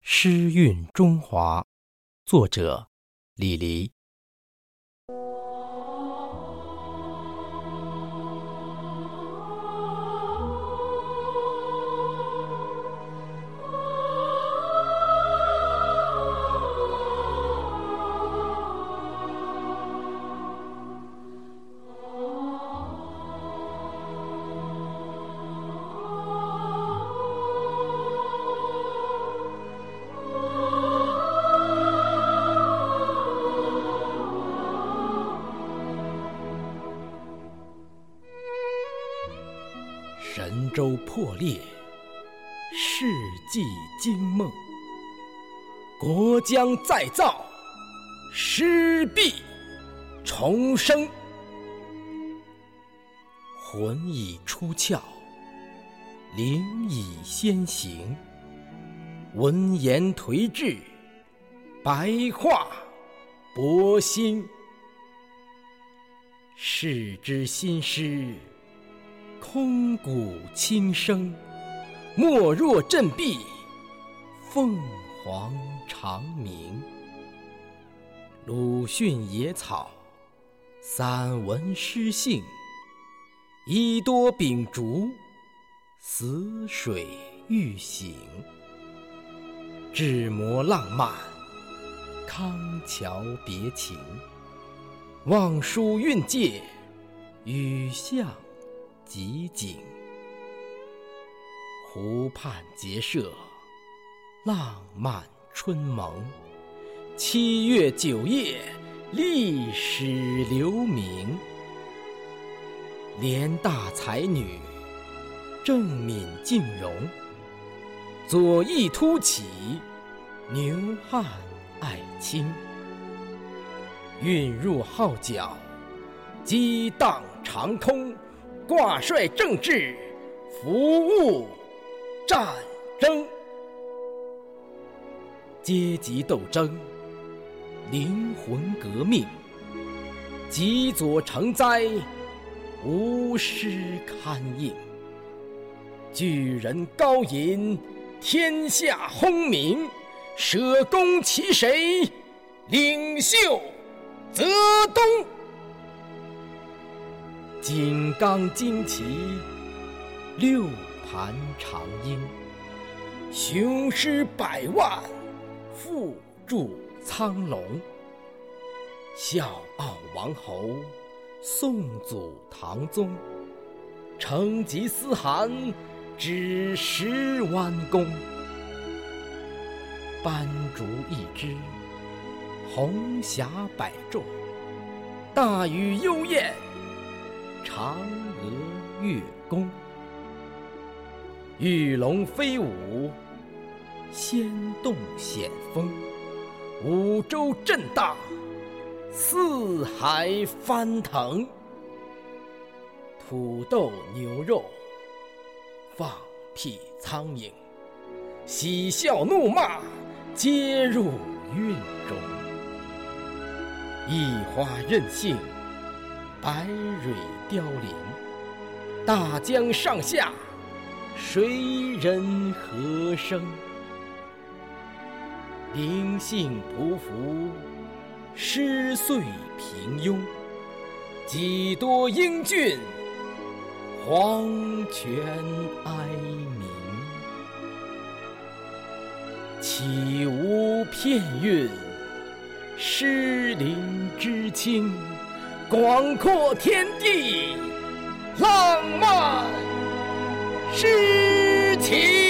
诗韵中华，作者李黎。神州破裂，世纪惊梦，国将再造，诗必重生。魂已出窍，灵已先行，文言颓志，白话博兴。世之新诗，空谷轻声，莫若振臂，凤凰长鸣。鲁迅野草，散文诗性，宜多秉烛，死水欲醒。志摩浪漫，康桥别情，望舒韵界，雨巷极景。湖畔结社，浪漫春萌，7月9夜，历史留名。联大才女，正敏静容，左翼突起，牛汉爱卿。韵入号角，激荡长空，挂帅政治，服务战争。阶级斗争，灵魂革命，极左成灾，无诗堪应。巨人高吟，天下轰鸣，舍公其谁？领袖泽东。金刚旌旗，6盘长缨，雄师100万，复筑苍龙。笑傲王侯，宋祖唐宗，成吉思汗，只10弯弓。斑竹一枝，红霞百种，大禹幽燕，嫦娥月宫。玉龙飞舞，仙动险峰，五洲震荡，四海翻腾。土豆牛肉，放屁苍蝇，嬉笑怒骂，皆入韵中。一花任性，百蕊凋零，大江上下，谁人和声？灵性匍匐，诗岁平庸，几多英俊，黄泉哀鸣。岂无片韵，诗林之清，广阔天地，浪漫诗情。